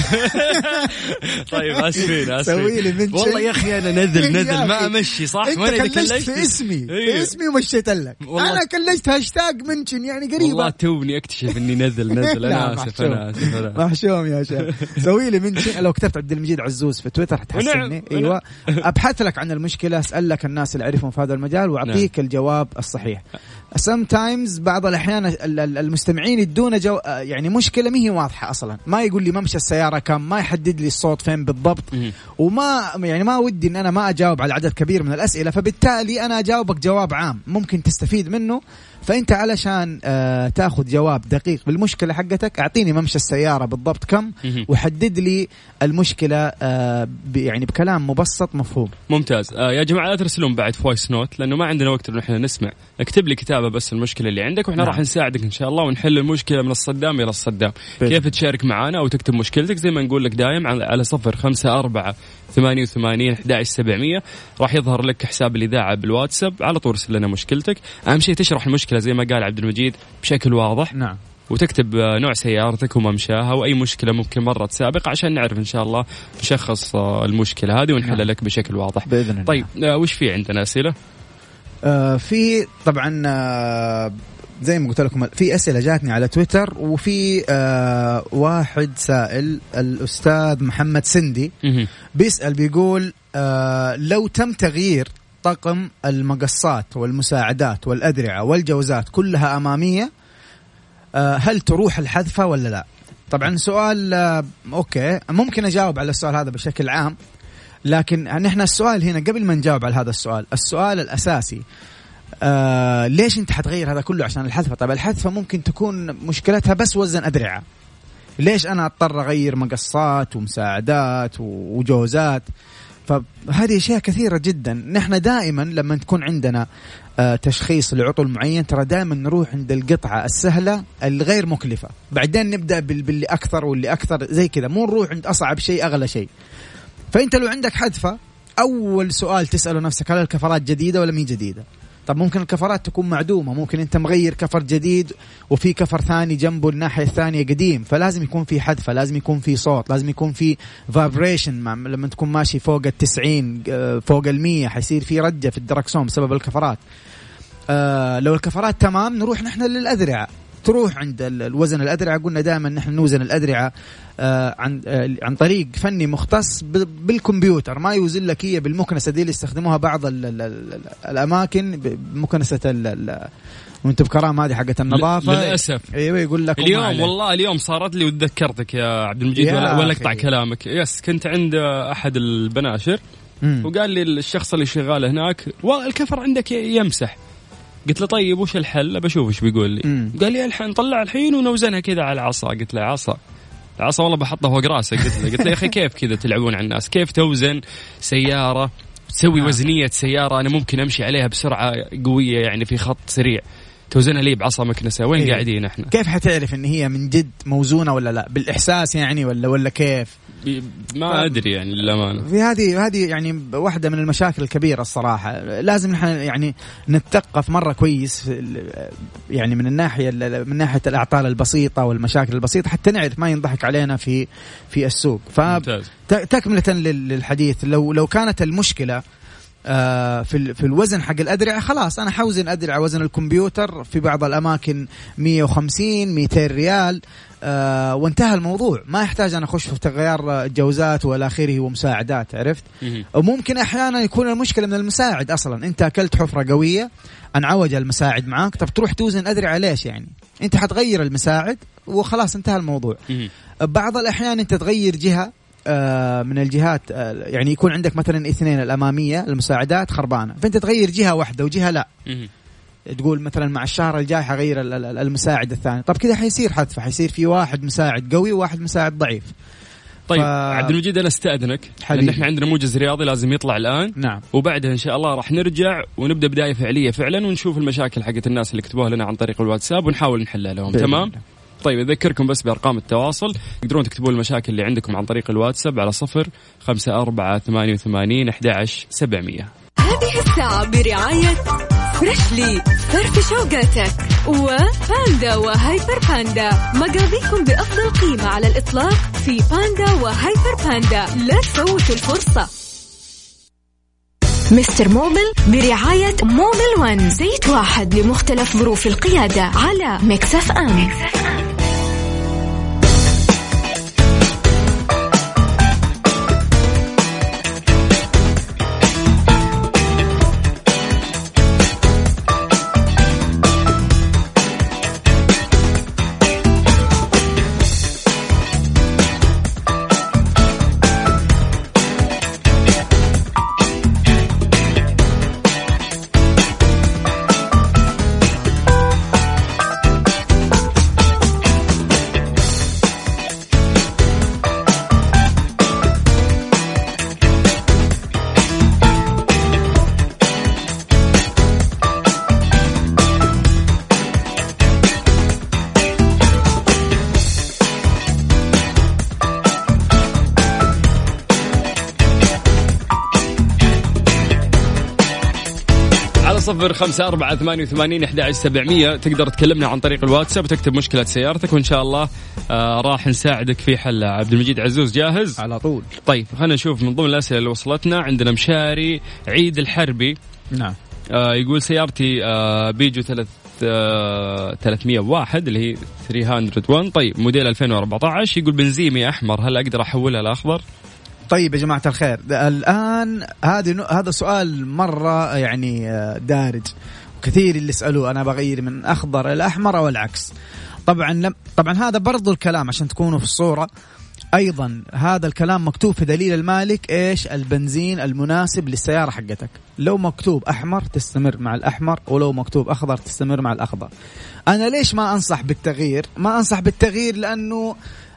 طيب اسفين سوي لي منشن. والله يا اخي انا نذل ما امشي صح. انت كلجت في اسمي ومشيت لك. انا كلجت هاشتاج منشن يعني قريبه. والله توبني اكتشف اني نذل. انا اسف محشوم يا شيخ. سوي لي منشن. لو كتبت عبد المجيد عزوز في تويتر حتحسني. ايوه ابحث لك عن المشكله، اسالك الناس اللي اعرفهم في هذا المجال واعطيك الجواب الصحيح. sometimes بعض الأحيان المستمعين يدون يعني مشكلة ما هي واضحة أصلا، ما يقول لي ممشى السيارة كم، ما يحدد لي الصوت فين بالضبط، وما يعني ما ودي إن أنا ما أجاوب على عدد كبير من الأسئلة، فبالتالي أنا أجاوبك جواب عام ممكن تستفيد منه. فأنت علشان تأخذ جواب دقيق بالمشكلة حقتك أعطيني ممشى السيارة بالضبط كم، وحدد لي المشكلة يعني بكلام مبسط مفهوم. ممتاز. يا جماعة لا ترسلون بعد فويس نوت لأنه ما عندنا وقت إنه إحنا نسمع. اكتب لي كتابة بس المشكلة اللي عندك وإحنا راح نساعدك إن شاء الله ونحل المشكلة من الصدام إلى الصدام. كيف تشارك معنا أو تكتب مشكلتك زي ما نقول لك دايم على 0548811700 راح يظهر لك حساب الإذاعة بالواتساب، على طول ارسل لنا مشكلتك. أهم شيء تشرح المشكلة زي ما قال عبد المجيد بشكل واضح. نعم. وتكتب نوع سيارتك وممشاها وأي مشكلة ممكن مرت سابقة عشان نعرف إن شاء الله نشخص المشكلة هذه ونحل لك بشكل واضح بإذن الله. طيب وش في عندنا أسئلة؟ في طبعا زي ما قلت لكم في أسئلة جاتني على تويتر، وفي واحد سائل الأستاذ محمد سندي بيسأل بيقول لو تم تغيير طقم المقصات والمساعدات والأدرعة والجوزات كلها أمامية هل تروح الحذفة ولا لا؟ طبعا سؤال أوكي ممكن أجاوب على السؤال هذا بشكل عام، لكن نحن السؤال هنا قبل ما نجاوب على هذا السؤال الأساسي ليش أنت حتغير هذا كله عشان الحذفة؟ طيب الحذفة ممكن تكون مشكلتها بس وزن أدرعة، ليش أنا أضطر أغير مقصات ومساعدات وجوزات؟ فهذه أشياء كثيرة جدا. نحن دائما لما تكون عندنا تشخيص لعطل معين ترى دائما نروح عند القطعة السهلة الغير مكلفة، بعدين نبدأ باللي أكثر واللي أكثر زي كذا، مو نروح عند أصعب شيء أغلى شيء. فأنت لو عندك حذفة أول سؤال تسأله نفسك هل الكفرات جديدة ولا مي جديدة؟ طب ممكن الكفرات تكون معدومة، ممكن أنت مغير كفر جديد وفي كفر ثاني جنبه الناحية الثانية قديم، فلازم يكون في حذفة، لازم يكون في صوت، لازم يكون في فايبريشن لما تكون ماشي فوق 90 فوق 100 حيصير في رجة في الدركسون بسبب الكفرات. لو الكفرات تمام نروح نحن للأذرعة، تروح عند الوزن الأذرعة. قلنا دائما نحن نوزن الأذرعة عن طريق فني مختص بالكمبيوتر، ما يوزن لك هي بالمكنسة دي اللي يستخدموها بعض الأماكن بمكنسة وانت بكرام هذه حقة النظافة للأسف. ايوه يقول لك اليوم والله اليوم صارت لي وتذكرتك يا عبد المجيد ولا اقطع كلامك. كنت عند أحد البناشر وقال لي الشخص اللي شغال هناك والكفر عندك يمسح. قلت له طيب وش الحل؟ بشوف ايش بيقول لي. قال لي نطلع الحين ونوزنها كذا على العصا. قلت له العصا والله بحطها فوق راسك. قلت له يا اخي كيف كذا تلعبون على الناس؟ كيف توزن سيارة تسوي وزنية سيارة أنا ممكن أمشي عليها بسرعة قوية يعني في خط سريع توزنها لي بعصا مكنسة؟ وين قاعدين احنا؟ كيف حتعرف ان هي من جد موزونة ولا لا؟ بالإحساس يعني ولا كيف؟ ما أدري يعني للأمانة. في هذه يعني واحدة من المشاكل الكبيرة الصراحة. لازم نحن يعني نتثقف مرة كويس يعني من ناحية الأعطال البسيطة والمشاكل البسيطة حتى نعرف ما ينضحك علينا في السوق. فتكملة للحديث لو كانت المشكلة في الوزن حق الأدرعة خلاص أنا حوزن أدرعة وزن الكمبيوتر في بعض الأماكن 150-200 ريال وانتهى الموضوع. ما يحتاج أنا أخش في تغيير جوزات ولا آخره ومساعدات. عرفت؟ وممكن أحيانا يكون المشكلة من المساعد أصلا. أنت أكلت حفرة قوية انعوج المساعد معاك، طب تروح توزن أدرعة ليش يعني؟ أنت حتغير المساعد وخلاص انتهى الموضوع. بعض الأحيان أنت تغير جهة من الجهات يعني يكون عندك مثلا 2 الأمامية المساعدات خربانة، فأنت تغير جهة واحدة وجهة لا، تقول مثلا مع الشهر الجاي حغير المساعد الثاني، طب كده حيصير حذف، حيصير في واحد مساعد قوي وواحد مساعد ضعيف. طيب عبد المجيد أنا استأذنك لأن إحنا عندنا موجز رياضي لازم يطلع الآن. نعم. وبعدها إن شاء الله راح نرجع ونبدأ بداية فعلية فعلا ونشوف المشاكل حقت الناس اللي كتبوها لنا عن طريق الواتساب ونحاول نحلها لهم. تمام. طيب أذكركم بس بأرقام التواصل، تقدرون تكتبون المشاكل اللي عندكم عن طريق الواتساب على 0548811700. هذه الساعة برعاية فريشلي فرف شوقاتك وباندا وهايبر باندا، مقاضيكم بأفضل قيمة على الإطلاق في باندا وهايبر باندا، لا تفوتوا الفرصة. مستر موبل برعاية موبل 1، زيت واحد لمختلف ظروف القيادة على ميكس اف ام. على 0548811700 تقدر تكلمنا عن طريق الواتساب وتكتب مشكلة سيارتك وإن شاء الله راح نساعدك في حلها. عبد المجيد عزوز جاهز؟ على طول. طيب خلينا نشوف من ضمن الأسئلة اللي وصلتنا. عندنا مشاري عيد الحربي. نعم. يقول سيارتي بيجو 301 اللي هي 301. طيب موديل 2014. يقول بنزيمي أحمر، هل أقدر أحولها لأخضر؟ طيب يا جماعة الخير، الآن هذا سؤال مرة يعني دارج، وكثير اللي يسألوه أنا بغير من أخضر إلى أحمر أو العكس. طبعا هذا برضو الكلام عشان تكونوا في الصورة. أيضا هذا الكلام مكتوب في دليل المالك إيش البنزين المناسب للسيارة حقتك. لو مكتوب أحمر تستمر مع الأحمر، ولو مكتوب أخضر تستمر مع الأخضر. أنا ليش ما أنصح بالتغيير؟ ما أنصح بالتغيير لأنه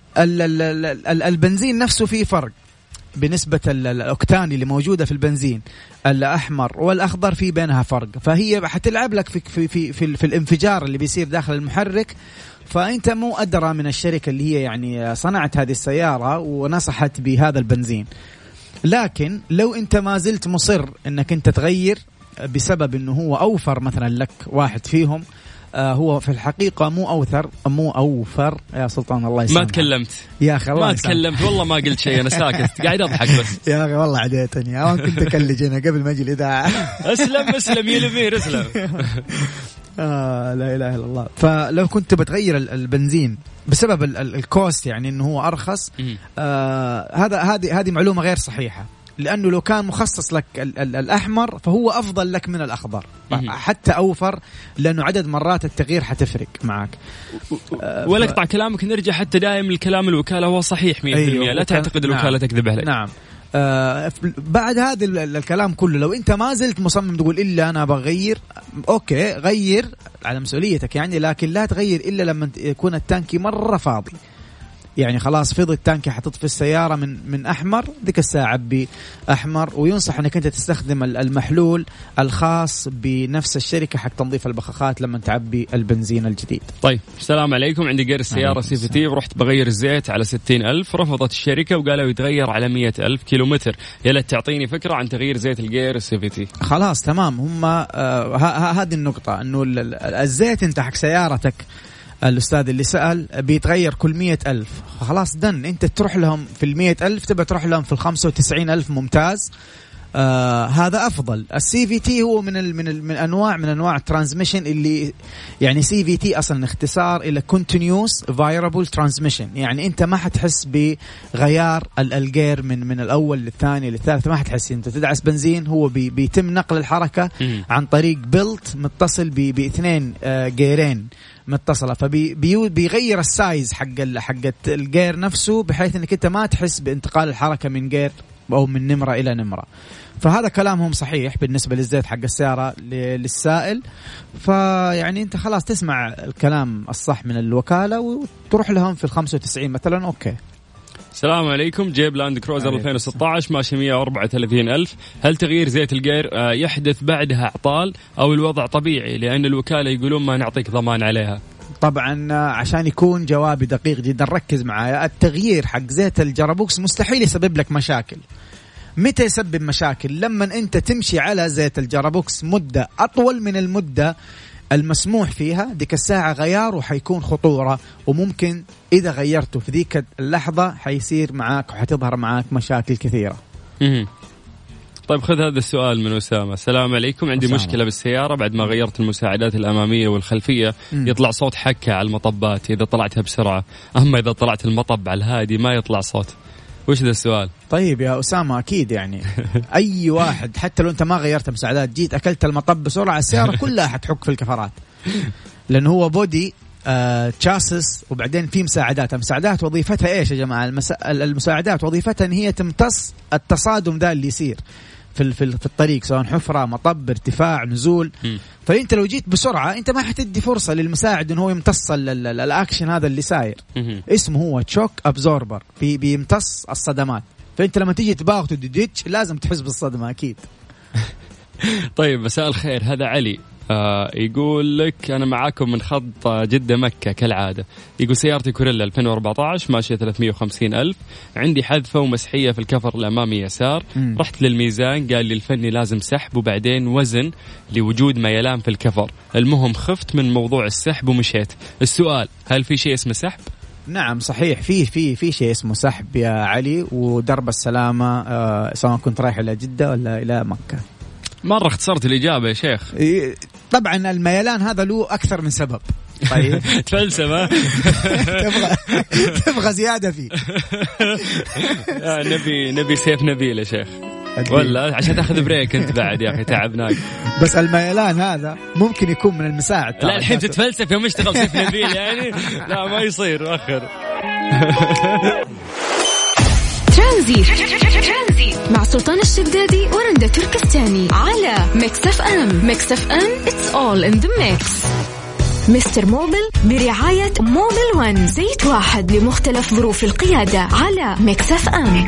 البنزين نفسه فيه فرق بنسبة الأكتان اللي موجودة في البنزين. الأحمر والأخضر في بينها فرق، فهي حتلعب لك في الانفجار اللي بيصير داخل المحرك. فأنت مو أدرى من الشركة اللي هي يعني صنعت هذه السيارة ونصحت بهذا البنزين. لكن لو أنت ما زلت مصر أنك أنت تغير بسبب أنه هو أوفر مثلا لك واحد فيهم، هو في الحقيقة مو أوفر يا سلطان. الله يسلمك. ما تكلمت يا أخي، ما تكلمت والله، ما قلت شيء، أنا ساكت قاعد أضحك بس. يا أخي والله عديتني، أنا كنت أكلج هنا قبل ما أجي الإذاعة. أسلم يا لمير أسلم. لا إله إلا الله. فلو كنت بتغير البنزين بسبب الكوست، يعني إنه هو أرخص، هذه معلومة غير صحيحة. لأنه لو كان مخصص لك الأحمر فهو أفضل لك من الأخضر، حتى أوفر، لأنه عدد مرات التغيير حتفرق معك. ولا اقطع كلامك، نرجع حتى دائم الكلام الوكالة هو صحيح 100%. أيوه. لا تعتقد الوكالة تكذب عليك. نعم. بعد هذا الكلام كله، لو أنت ما زلت مصمم تقول إلا أنا بغير، أوكي غير على مسؤوليتك يعني، لكن لا تغير إلا لما يكون التانكي مرة فاضي. يعني خلاص فضي التانكي، حتطفي السيارة من أحمر، ذيك الساعة بأحمر. وينصح أنك أنت تستخدم المحلول الخاص بنفس الشركة حق تنظيف البخاخات لما تعبي البنزين الجديد. طيب السلام عليكم، عندي غير السيارة CVT ورحت بغير الزيت على 60,000، رفضت الشركة وقالوا يتغير على 100,000 كيلومتر. يلا تعطيني فكرة عن تغيير زيت الغير CVT. خلاص تمام، هم هذه النقطة، أنه الزيت انت حق سيارتك الأستاذ اللي سأل بيتغير كل 100,000. خلاص دن، أنت تروح لهم في 100,000، تبقى تروح لهم في 95,000. ممتاز. هذا افضل. السي في تي هو من انواع الترانسميشن اللي يعني سي في تي اصلا اختصار الى كونتينيوس فايربل ترانسميشن، يعني انت ما حتحس بغيار الجير من الاول للثاني للثالث، ما حتحس. انت تدعس بنزين هو بيتم نقل الحركه عن طريق بيلت متصل باثنين جيرين متصله، فبيغير السايز حق الجير نفسه بحيث انك انت ما تحس بانتقال الحركه من جير او من نمره الى نمره. فهذا كلامهم صحيح بالنسبه للزيت حق السياره للسائل. فيعني انت خلاص تسمع الكلام الصح من الوكاله وتروح لهم في 95 مثلا. اوكي السلام عليكم، جيب لاند كروزر 2016 ماشي 134,000. هل تغيير زيت الجير يحدث بعدها اعطال او الوضع طبيعي؟ لان الوكاله يقولون ما نعطيك ضمان عليها. طبعا عشان يكون جوابي دقيق جدا ركز معايا. التغيير حق زيت الجرابوكس مستحيل يسبب لك مشاكل. متى يسبب مشاكل؟ لما انت تمشي على زيت الجرابوكس مدة اطول من المدة المسموح فيها، ديك الساعة غياره حيكون خطورة، وممكن اذا غيرته في ذيك اللحظة حيصير معاك وحتظهر معاك مشاكل كثيرة. طيب خذ هذا السؤال من أسامة. السلام عليكم، عندي مشكلة بالسيارة بعد ما غيرت المساعدات الأمامية والخلفية يطلع صوت حكة على المطبات إذا طلعتها بسرعة، أما إذا طلعت المطب على الهادي ما يطلع صوت. وش ذا السؤال؟ طيب يا أسامة أكيد يعني أي واحد حتى لو أنت ما غيرت مساعدات جيت أكلت المطب بسرعة السيارة كلها حتحك في الكفرات، لأنه هو بودي تشاسس وبعدين في مساعدات وظيفتها إيش يا جماعة؟ المساعدات وظيفتها إن هي تمتص التصادم ذا اللي يصير في الطريق، سواء حفرة مطب ارتفاع نزول. فأنت لو جيت بسرعة أنت ما حتدي فرصة للمساعد إنه هو يمتص الأكشن هذا اللي ساير. اسمه هو تشوك أبزوربر، بيمتص الصدمات. فأنت لما تيجي تباغته ديتش لازم تحس بالصدمة أكيد. طيب مساء الخير، هذا علي يقول لك أنا معاكم من خط جدة مكة كالعادة. يقول سيارتي كوريلا 2014 ماشية 350,000، عندي حذفة ومسحية في الكفر الأمامي يسار. رحت للميزان قال لي الفني لازم سحب وبعدين وزن لوجود ميلان في الكفر. المهم خفت من موضوع السحب ومشيت. السؤال هل في شيء اسمه سحب؟ نعم صحيح، في شيء اسمه سحب يا علي، ودرب السلامة سواء كنت رايح إلى جدة ولا إلى مكة. مرة اختصرت الإجابة يا شيخ. طبعا الميلان هذا له أكثر من سبب. طيب تفلسفة تبغى زيادة فيه. نبي سيف نبيل يا شيخ، ولا عشان تاخذ بريك انت بعد يا أخي تعبناك. بس الميلان هذا ممكن يكون من المساعد. لا الحين تتفلسف يوم اشتغل سيف نبيل يعني لا ما يصير أخر. ترانزيت مع سلطان الشدادي ورندا تركستاني على ميكس اف ام. ميكس اف ام it's all in the mix. مستر موبل برعاية موبل 1، زيت واحد لمختلف ظروف القيادة على ميكس اف ام.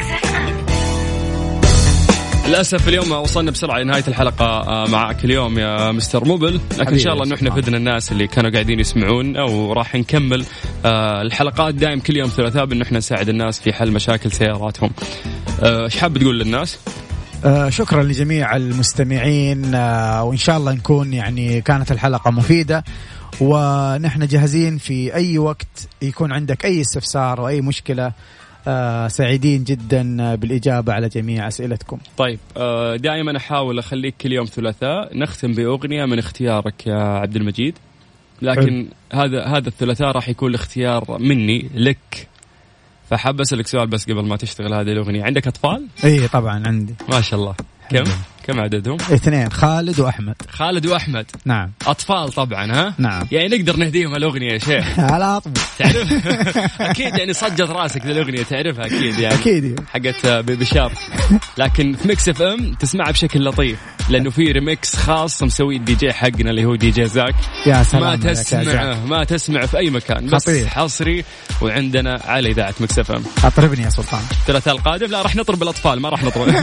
للأسف اليوم وصلنا بسرعة لنهاية الحلقة معك اليوم يا مستر موبل، لكن إن شاء الله إنه إحنا فدنا الناس اللي كانوا قاعدين يسمعون، أو راح نكمل الحلقات دائم كل يوم ثلاثاء بإنه إحنا نساعد الناس في حل مشاكل سياراتهم. إيش حاب تقول للناس؟ شكرا لجميع المستمعين، وإن شاء الله نكون يعني كانت الحلقة مفيدة، ونحن جاهزين في أي وقت يكون عندك أي استفسار أو أي مشكلة. سعيدين جدا بالإجابة على جميع أسئلتكم. طيب دائما أحاول أخليك كل يوم ثلاثاء نختم بأغنية من اختيارك يا عبد المجيد، لكن هذا الثلاثاء راح يكون الاختيار مني لك. فحاب أسألك سؤال بس قبل ما تشتغل هذه الأغنية، عندك أطفال؟ إيه طبعا عندي. ما شاء الله. كم عددهم؟ 2، خالد وأحمد. خالد وأحمد. نعم. أطفال طبعا ها؟ نعم. يعني نقدر نهديهم الأغنية يا شيخ. على طول. تعرف أكيد يعني صجت راسك للأغنية تعرفها أكيد يعني. أكيد. حقت بشار. لكن في ميكس اف ام تسمعها بشكل لطيف، لأنه في ريميكس خاص مسوي الدي جي حقنا اللي هو دي جي زاك. يا سلام. ما تسمع في أي مكان، بس خطير. حصري وعندنا على إذاعة ميكس اف ام. أطربني يا سلطان. الثلاثاء القادم لا راح نطرب الأطفال، ما راح نطرب.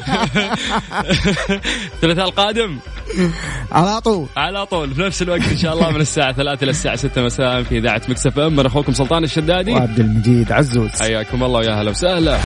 الثلاثاء القادم على طول في نفس الوقت إن شاء الله من الساعة 3 إلى الساعة 6 مساء في إذاعة ميكس اف ام. من أخوكم سلطان الشدادي وعبد المجيد عزوز. حياكم الله ويا هلا وسهلا.